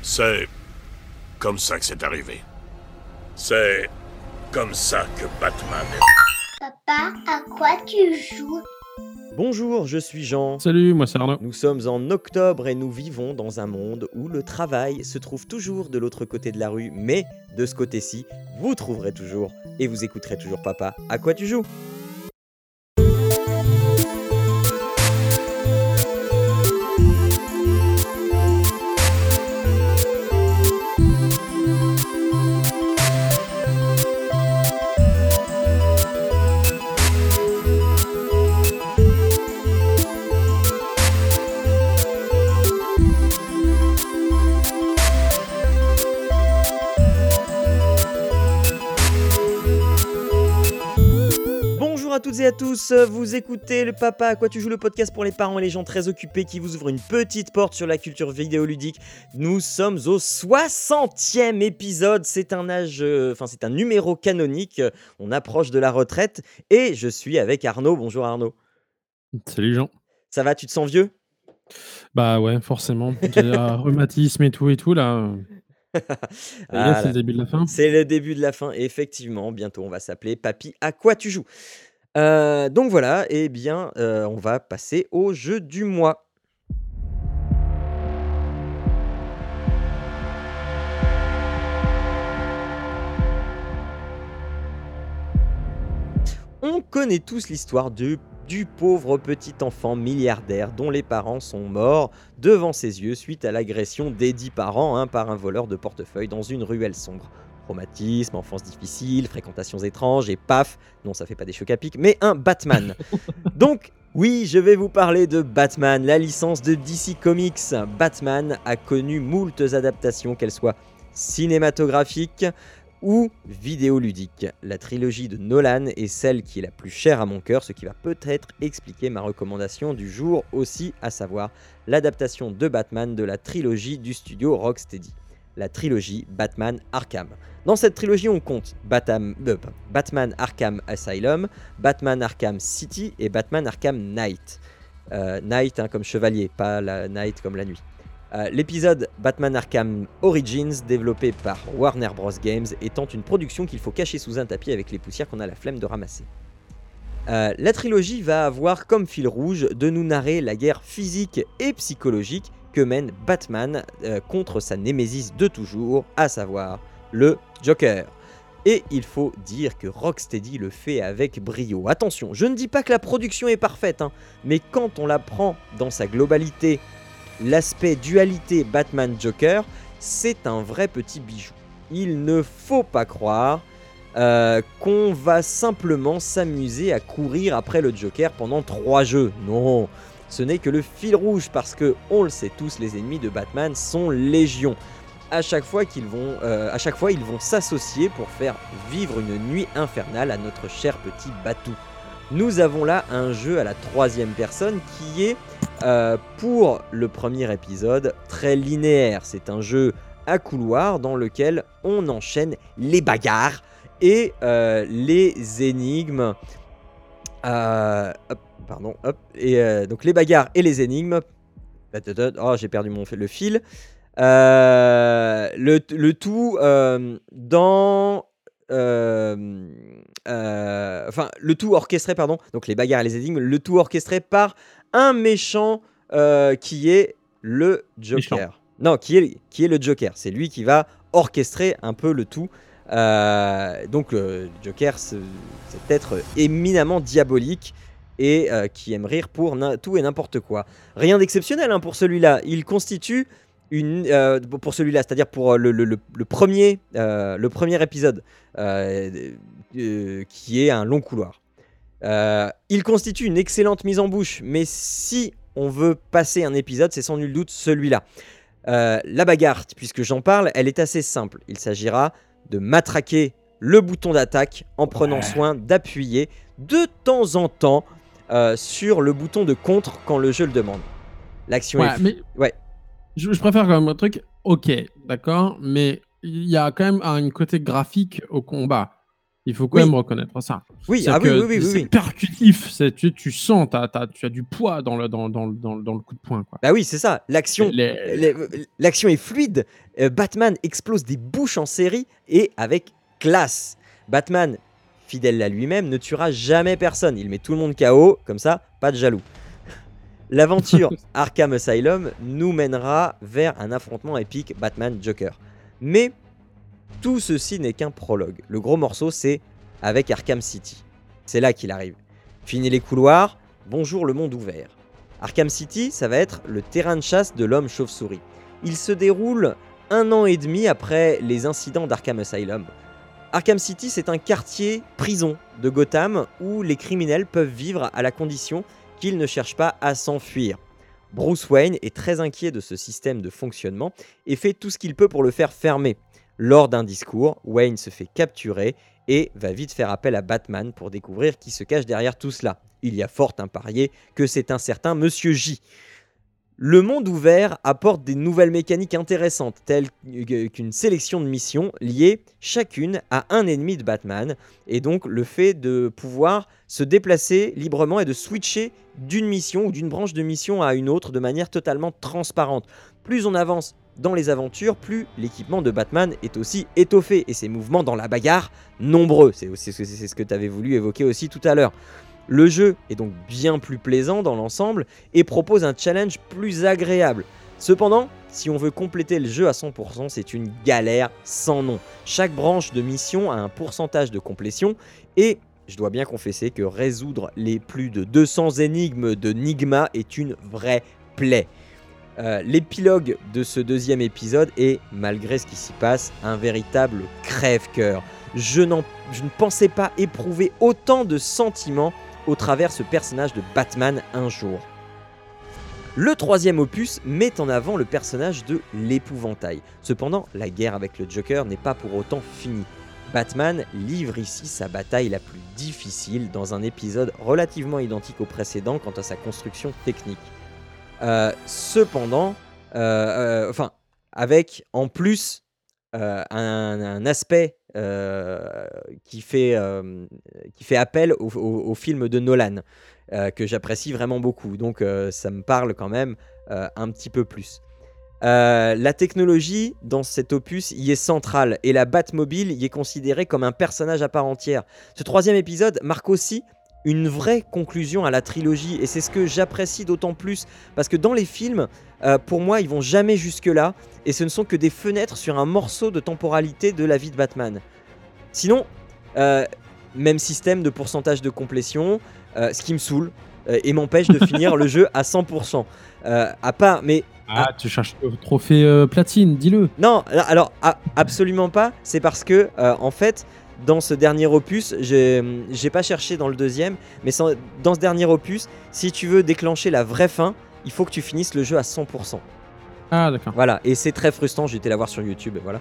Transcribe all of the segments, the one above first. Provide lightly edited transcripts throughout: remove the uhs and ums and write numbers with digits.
C'est comme ça que c'est arrivé. C'est comme ça que Batman est... Papa, à quoi tu joues? Bonjour, je suis Jean. Salut, moi c'est Arnaud. Nous sommes en octobre et nous vivons dans un monde où le travail se trouve toujours de l'autre côté de la rue, mais de ce côté-ci, vous trouverez toujours et vous écouterez toujours Papa, à quoi tu joues? Bonjour à toutes et à tous, vous écoutez le Papa à quoi tu joues, le podcast pour les parents et les gens très occupés qui vous ouvre une petite porte sur la culture vidéoludique. Nous sommes au 60e épisode, c'est un numéro canonique, on approche de la retraite et je suis avec Arnaud. Bonjour Arnaud. Salut Jean. Ça va, tu te sens vieux? Bah ouais, forcément. J'ai un rhumatisme et tout là. Ça y est, c'est le début de la fin. C'est le début de la fin, effectivement. Bientôt, on va s'appeler Papy à quoi tu joues. Donc voilà, eh bien, on va passer au jeu du mois. On connaît tous l'histoire du pauvre petit enfant milliardaire dont les parents sont morts devant ses yeux suite à l'agression des 10 parents par un voleur de portefeuille dans une ruelle sombre. Traumatisme, enfance difficile, fréquentations étranges et paf, non ça fait pas des chocs à pic, mais un Batman. Donc oui, je vais vous parler de Batman, la licence de DC Comics. Batman a connu moultes adaptations, qu'elles soient cinématographiques ou vidéoludique. La trilogie de Nolan est celle qui est la plus chère à mon cœur, ce qui va peut-être expliquer ma recommandation du jour aussi, à savoir l'adaptation de Batman de la trilogie du studio Rocksteady, la trilogie Batman Arkham. Dans cette trilogie, on compte Batman Arkham Asylum, Batman Arkham City et Batman Arkham Knight. Knight comme chevalier, pas la night comme la nuit. L'épisode Batman Arkham Origins, développé par Warner Bros. Games, étant une production qu'il faut cacher sous un tapis avec les poussières qu'on a la flemme de ramasser. La trilogie va avoir comme fil rouge de nous narrer la guerre physique et psychologique que mène Batman contre sa némésis de toujours, à savoir le Joker. Et il faut dire que Rocksteady le fait avec brio. Attention, je ne dis pas que la production est parfaite, mais quand on la prend dans sa globalité, l'aspect dualité Batman-Joker, c'est un vrai petit bijou. Il ne faut pas croire qu'on va simplement s'amuser à courir après le Joker pendant 3 jeux. Non, ce n'est que le fil rouge parce que, on le sait tous, les ennemis de Batman sont légion. À chaque fois, ils vont s'associer pour faire vivre une nuit infernale à notre cher petit Batou. Nous avons là un jeu à la 3e personne qui est, pour le premier épisode, très linéaire. C'est un jeu à couloir dans lequel on enchaîne les bagarres et les énigmes. Donc les bagarres et les énigmes. Oh, j'ai perdu le fil. Le tout dans... le tout orchestré, donc les bagarres et les énigmes, le tout orchestré par un méchant qui est le Joker. Méchant. Non, qui est le Joker. C'est lui qui va orchestrer un peu le tout. Donc le Joker, cet être éminemment diabolique et qui aime rire pour tout et n'importe quoi. Rien d'exceptionnel pour celui-là. Il constitue pour celui-là, c'est-à-dire pour le premier épisode, qui est un long couloir. Il constitue une excellente mise en bouche, mais si on veut passer un épisode, c'est sans nul doute celui-là. La bagarre, puisque j'en parle, elle est assez simple. Il s'agira de matraquer le bouton d'attaque en prenant soin d'appuyer de temps en temps sur le bouton de contre quand le jeu le demande. L'action est... Mais... Ouais. Je préfère quand même un truc, ok, d'accord, mais il y a quand même un côté graphique au combat. Il faut quand Oui. même reconnaître ça. Oui, C'est-à-dire oui. c'est percutif, tu sens, tu as du poids dans le coup de poing, quoi. Bah oui, c'est ça. L'action, Les l'action est fluide. Batman explose des bouches en série et avec classe. Batman, fidèle à lui-même, ne tuera jamais personne. Il met tout le monde KO, comme ça, pas de jaloux. L'aventure Arkham Asylum nous mènera vers un affrontement épique Batman-Joker. Mais tout ceci n'est qu'un prologue. Le gros morceau, c'est avec Arkham City. C'est là qu'il arrive. Fini les couloirs, bonjour le monde ouvert. Arkham City, ça va être le terrain de chasse de l'homme chauve-souris. Il se déroule 1 an et demi après les incidents d'Arkham Asylum. Arkham City, c'est un quartier prison de Gotham où les criminels peuvent vivre à la condition qu'ils ne cherchent pas à s'enfuir. Bruce Wayne est très inquiet de ce système de fonctionnement et fait tout ce qu'il peut pour le faire fermer. Lors d'un discours, Wayne se fait capturer et va vite faire appel à Batman pour découvrir qui se cache derrière tout cela. Il y a fort à parier que c'est un certain Monsieur J. Le monde ouvert apporte des nouvelles mécaniques intéressantes, telles qu'une sélection de missions liées chacune à un ennemi de Batman, et donc le fait de pouvoir se déplacer librement et de switcher d'une mission ou d'une branche de mission à une autre de manière totalement transparente. Plus on avance dans les aventures, plus l'équipement de Batman est aussi étoffé, et ses mouvements dans la bagarre nombreux. C'est ce que tu avais voulu évoquer aussi tout à l'heure. Le jeu est donc bien plus plaisant dans l'ensemble et propose un challenge plus agréable. Cependant, si on veut compléter le jeu à 100%, c'est une galère sans nom. Chaque branche de mission a un pourcentage de complétion et je dois bien confesser que résoudre les plus de 200 énigmes de Nigma est une vraie plaie. L'épilogue de ce 2e épisode est, malgré ce qui s'y passe, un véritable crève-cœur. Je ne pensais pas éprouver autant de sentiments au travers ce personnage de Batman un jour. Le 3e opus met en avant le personnage de l'épouvantail. Cependant, la guerre avec le Joker n'est pas pour autant finie. Batman livre ici sa bataille la plus difficile dans un épisode relativement identique au précédent quant à sa construction technique. Cependant, avec en plus un aspect qui fait appel au film de Nolan, que j'apprécie vraiment beaucoup. Donc ça me parle quand même un petit peu plus. La technologie dans cet opus y est centrale et la Batmobile y est considérée comme un personnage à part entière. Ce 3e épisode marque aussi une vraie conclusion à la trilogie et c'est ce que j'apprécie d'autant plus parce que dans les films, pour moi, ils vont jamais jusque-là et ce ne sont que des fenêtres sur un morceau de temporalité de la vie de Batman. Sinon, même système de pourcentage de complétion, ce qui me saoule et m'empêche de finir le jeu à 100%. Tu cherches le trophée platine, dis-le. Non, alors absolument pas. C'est parce que en fait, dans ce dernier opus, j'ai pas cherché dans le 2e, mais dans ce dernier opus, si tu veux déclencher la vraie fin, il faut que tu finisses le jeu à 100%. Ah d'accord. Voilà, et c'est très frustrant, j'ai été la voir sur YouTube, voilà.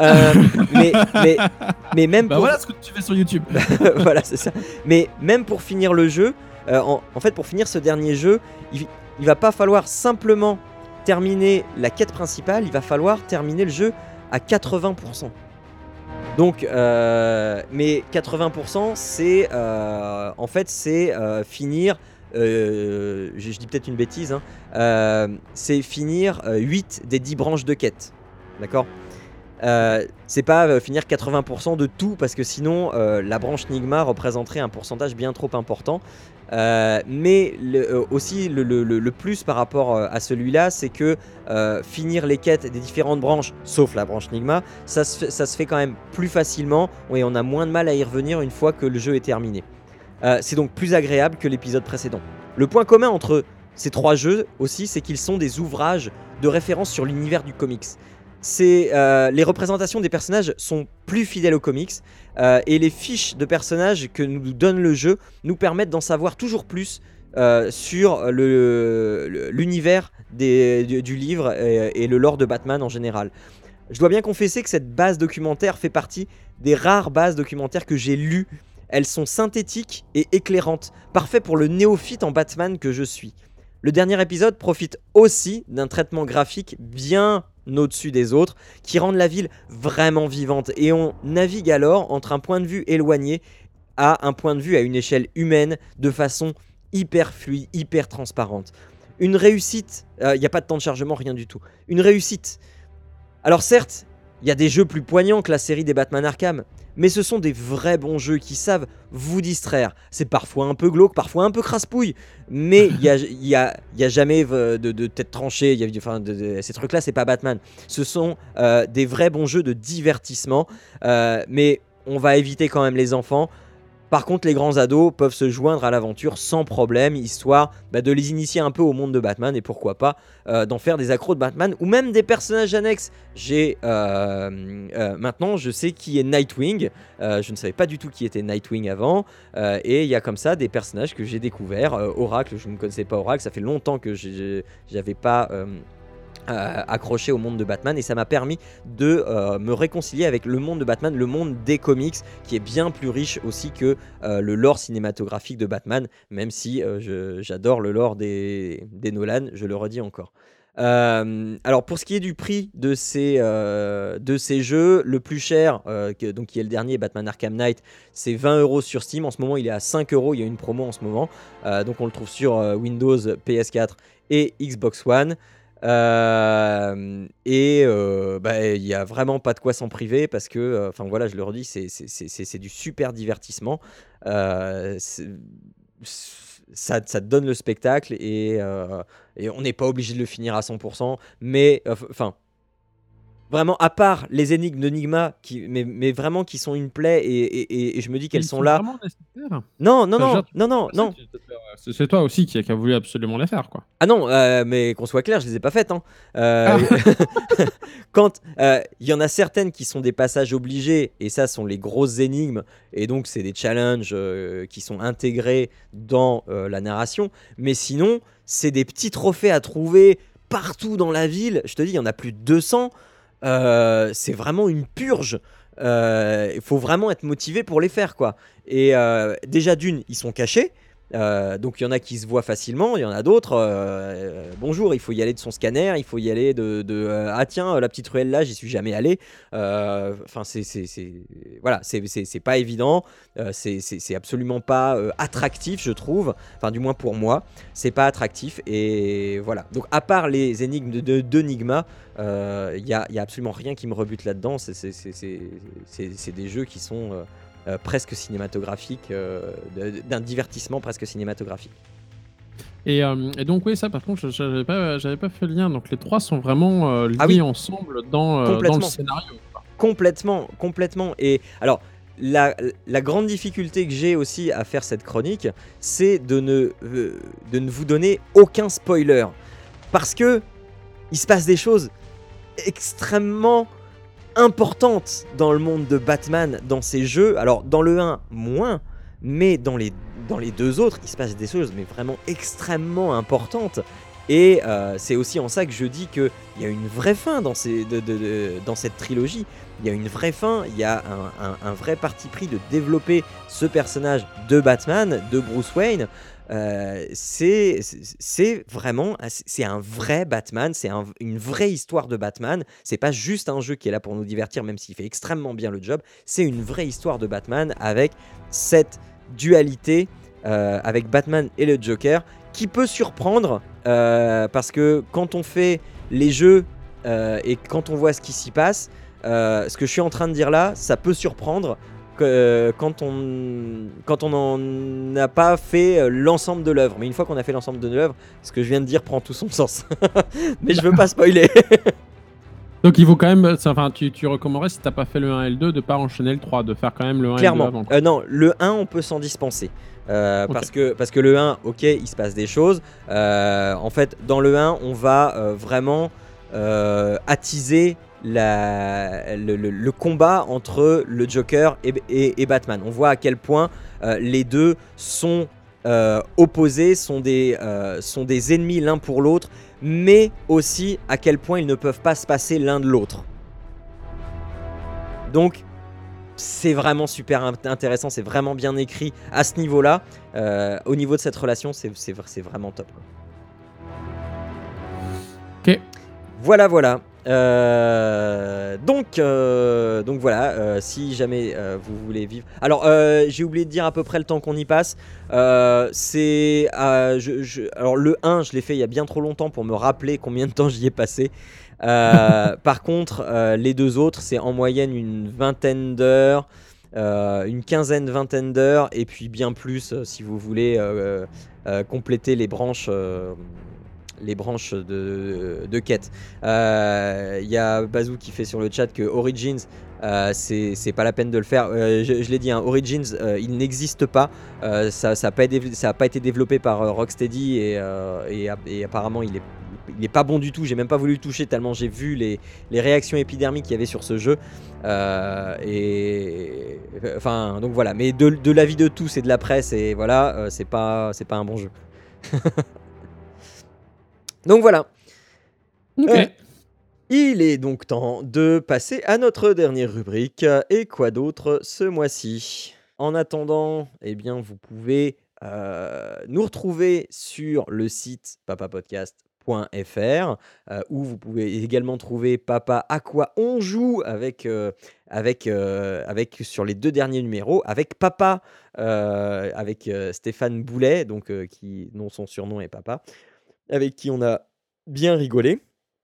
mais même pour... voilà ce que tu fais sur YouTube. Voilà, c'est ça. Mais même pour finir le jeu, en fait, pour finir ce dernier jeu, il va pas falloir simplement terminer la quête principale, il va falloir terminer le jeu à 80%. Donc, mais 80%, c'est en fait, c'est finir. Je dis peut-être une bêtise, hein, c'est finir 8 des 10 branches de quête. D'accord ? C'est pas finir 80% de tout parce que sinon la branche Nigma représenterait un pourcentage bien trop important. Mais aussi le plus par rapport à celui-là, c'est que finir les quêtes des différentes branches, sauf la branche Nigma, ça se fait quand même plus facilement et on a moins de mal à y revenir une fois que le jeu est terminé. C'est donc plus agréable que l'épisode précédent. Le point commun entre ces 3 jeux aussi, c'est qu'ils sont des ouvrages de référence sur l'univers du comics. Les représentations des personnages sont plus fidèles aux comics et les fiches de personnages que nous donne le jeu nous permettent d'en savoir toujours plus sur l'univers du livre et le lore de Batman en général. Je dois bien confesser que cette base documentaire fait partie des rares bases documentaires que j'ai lues. Elles sont synthétiques et éclairantes, parfait pour le néophyte en Batman que je suis. Le dernier épisode profite aussi d'un traitement graphique bien au-dessus des autres, qui rendent la ville vraiment vivante. Et on navigue alors entre un point de vue éloigné à un point de vue à une échelle humaine de façon hyper fluide, hyper transparente. Une réussite, il n'y a pas de temps de chargement, rien du tout. Une réussite. Alors certes, il y a des jeux plus poignants que la série des Batman Arkham, mais ce sont des vrais bons jeux qui savent vous distraire. C'est parfois un peu glauque, parfois un peu crasse-pouille, mais il y a jamais de tête tranchée. Ces trucs-là, c'est pas Batman. Ce sont des vrais bons jeux de divertissement, mais on va éviter quand même les enfants. Par contre, les grands ados peuvent se joindre à l'aventure sans problème, histoire de les initier un peu au monde de Batman et pourquoi pas d'en faire des accros de Batman ou même des personnages annexes. Maintenant, je sais qui est Nightwing. Je ne savais pas du tout qui était Nightwing avant. Et il y a comme ça des personnages que j'ai découverts. Oracle, je ne connaissais pas Oracle. Ça fait longtemps que j'avais pas... accroché au monde de Batman et ça m'a permis de me réconcilier avec le monde de Batman, le monde des comics qui est bien plus riche aussi que le lore cinématographique de Batman, même si j'adore le lore des Nolan, je le redis encore. Alors pour ce qui est du prix de ces jeux, le plus cher, donc qui est le dernier, Batman Arkham Knight, c'est 20 € sur Steam. En ce moment il est à 5 €, il y a une promo en ce moment, donc on le trouve sur Windows, PS4 et Xbox One. Il y a vraiment pas de quoi s'en priver parce que, je le redis, c'est du super divertissement. Ça te donne le spectacle et on n'est pas obligé de le finir à 100%, mais vraiment, à part les énigmes de Nigma, mais vraiment qui sont une plaie et je me dis qu'elles sont là. Vraiment nécessaires. Non. C'est toi aussi qui a voulu absolument les faire, quoi. Ah non, mais qu'on soit clair, je les ai pas faites. Quand il y en a certaines qui sont des passages obligés, et ça sont les grosses énigmes, et donc c'est des challenges qui sont intégrés dans la narration, mais sinon, c'est des petits trophées à trouver partout dans la ville. Je te dis, il y en a plus de 200. C'est vraiment une purge. Il faut vraiment être motivé pour les faire, quoi. Et déjà d'une, ils sont cachés. Donc il y en a qui se voient facilement, il y en a d'autres, bonjour, il faut y aller de son scanner, il faut y aller ah tiens, la petite ruelle là, j'y suis jamais allé. C'est pas évident, c'est absolument pas attractif, je trouve, enfin du moins pour moi, c'est pas attractif. Et voilà, donc à part les énigmes de Nigma, il y a absolument rien qui me rebute là-dedans. C'est des jeux qui sont presque cinématographique, d'un divertissement presque cinématographique. Et donc oui, ça par contre, j'avais pas fait le lien. Donc les trois sont vraiment liés ensemble dans le scénario. Complètement. Et alors, la grande difficulté que j'ai aussi à faire cette chronique, c'est de ne vous donner aucun spoiler. Parce que il se passe des choses extrêmement importante dans le monde de Batman, dans ces jeux. Alors dans le 1 moins, mais dans les deux autres il se passe des choses mais vraiment extrêmement importantes. Et c'est aussi en ça que je dis qu'il y a une vraie fin dans cette trilogie. Il y a une vraie fin, il y a un vrai parti pris de développer ce personnage de Batman, de Bruce Wayne. C'est vraiment, c'est un vrai Batman, c'est une vraie histoire de Batman. C'est pas juste un jeu qui est là pour nous divertir, même s'il fait extrêmement bien le job. C'est une vraie histoire de Batman avec cette dualité avec Batman et le Joker qui peut surprendre parce que quand on fait les jeux et quand on voit ce qui s'y passe, ce que je suis en train de dire là, ça peut surprendre. Quand on n'en a pas fait l'ensemble de l'œuvre. Mais une fois qu'on a fait l'ensemble de l'œuvre, ce que je viens de dire prend tout son sens. Mais je veux pas spoiler. Donc il faut quand même, tu recommanderais, si t'as pas fait le 1 et le 2, de pas enchaîner le 3, de faire quand même le 1 Clairement. et le 2 avant. Non, le 1 on peut s'en dispenser. Parce que le 1, ok, il se passe des choses. En fait, dans le 1, on va vraiment attiser le combat entre le Joker et Batman. On voit à quel point les deux sont opposés, sont des ennemis l'un pour l'autre, mais aussi à quel point ils ne peuvent pas se passer l'un de l'autre. Donc c'est vraiment super intéressant, c'est vraiment bien écrit à ce niveau-là. Au niveau de cette relation, c'est vraiment top, quoi. Ok. Voilà. Donc voilà, si jamais vous voulez vivre. Alors, j'ai oublié de dire à peu près le temps qu'on y passe. Alors, le 1, je l'ai fait il y a bien trop longtemps pour me rappeler combien de temps j'y ai passé. Par contre, les deux autres, c'est en moyenne une vingtaine d'heures. Une quinzaine, vingtaine d'heures, et puis bien plus si vous voulez compléter les branches de quête. Il y a Bazou qui fait sur le chat que Origins, c'est pas la peine de le faire. Je l'ai dit, hein, Origins, il n'existe pas. Ça a pas été développé par Rocksteady et apparemment il est pas bon du tout. J'ai même pas voulu le toucher tellement j'ai vu les réactions épidermiques qu'il y avait sur ce jeu. Enfin, donc voilà. Mais de l'avis de tous et de la presse, et voilà, c'est pas un bon jeu. Donc voilà. Ok. Il est donc temps de passer à notre dernière rubrique. Et quoi d'autre ce mois-ci? En attendant, eh bien, vous pouvez nous retrouver sur le site papapodcast.fr où vous pouvez également trouver Papa à quoi on joue avec sur les 2 derniers numéros avec Papa avec Stéphane Boulet donc dont son surnom est Papa, avec qui on a bien rigolé.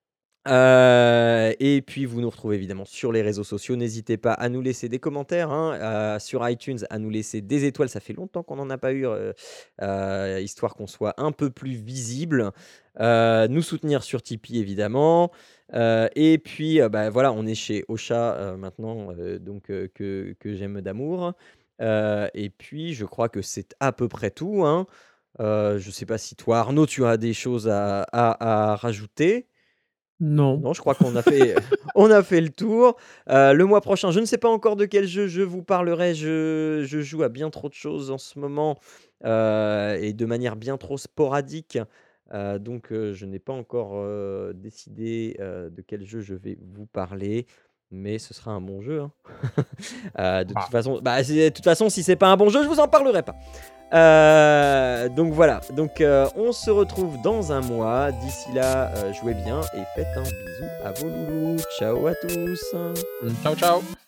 Et puis vous nous retrouvez évidemment sur les réseaux sociaux. N'hésitez pas à nous laisser des commentaires sur iTunes, à nous laisser des étoiles. Ça fait longtemps qu'on n'en a pas eu, histoire qu'on soit un peu plus visible. Nous soutenir sur Tipeee évidemment. Et puis voilà, on est chez Ocha maintenant, donc que j'aime d'amour. Et puis je crois que c'est à peu près tout, hein. Je sais pas si toi, Arnaud, tu as des choses à rajouter. Non. Non, je crois qu'on a fait, on a fait le tour. Le mois prochain, je ne sais pas encore de quel jeu je vous parlerai. Je joue à bien trop de choses en ce moment et de manière bien trop sporadique. Donc, je n'ai pas encore décidé de quel jeu je vais vous parler. Mais ce sera un bon jeu, hein. De toute façon, si c'est pas un bon jeu, je vous en parlerai pas. Donc voilà, donc on se retrouve dans un mois. D'ici là, jouez bien et faites un bisou à vos loulous. Ciao à tous. Ciao, ciao.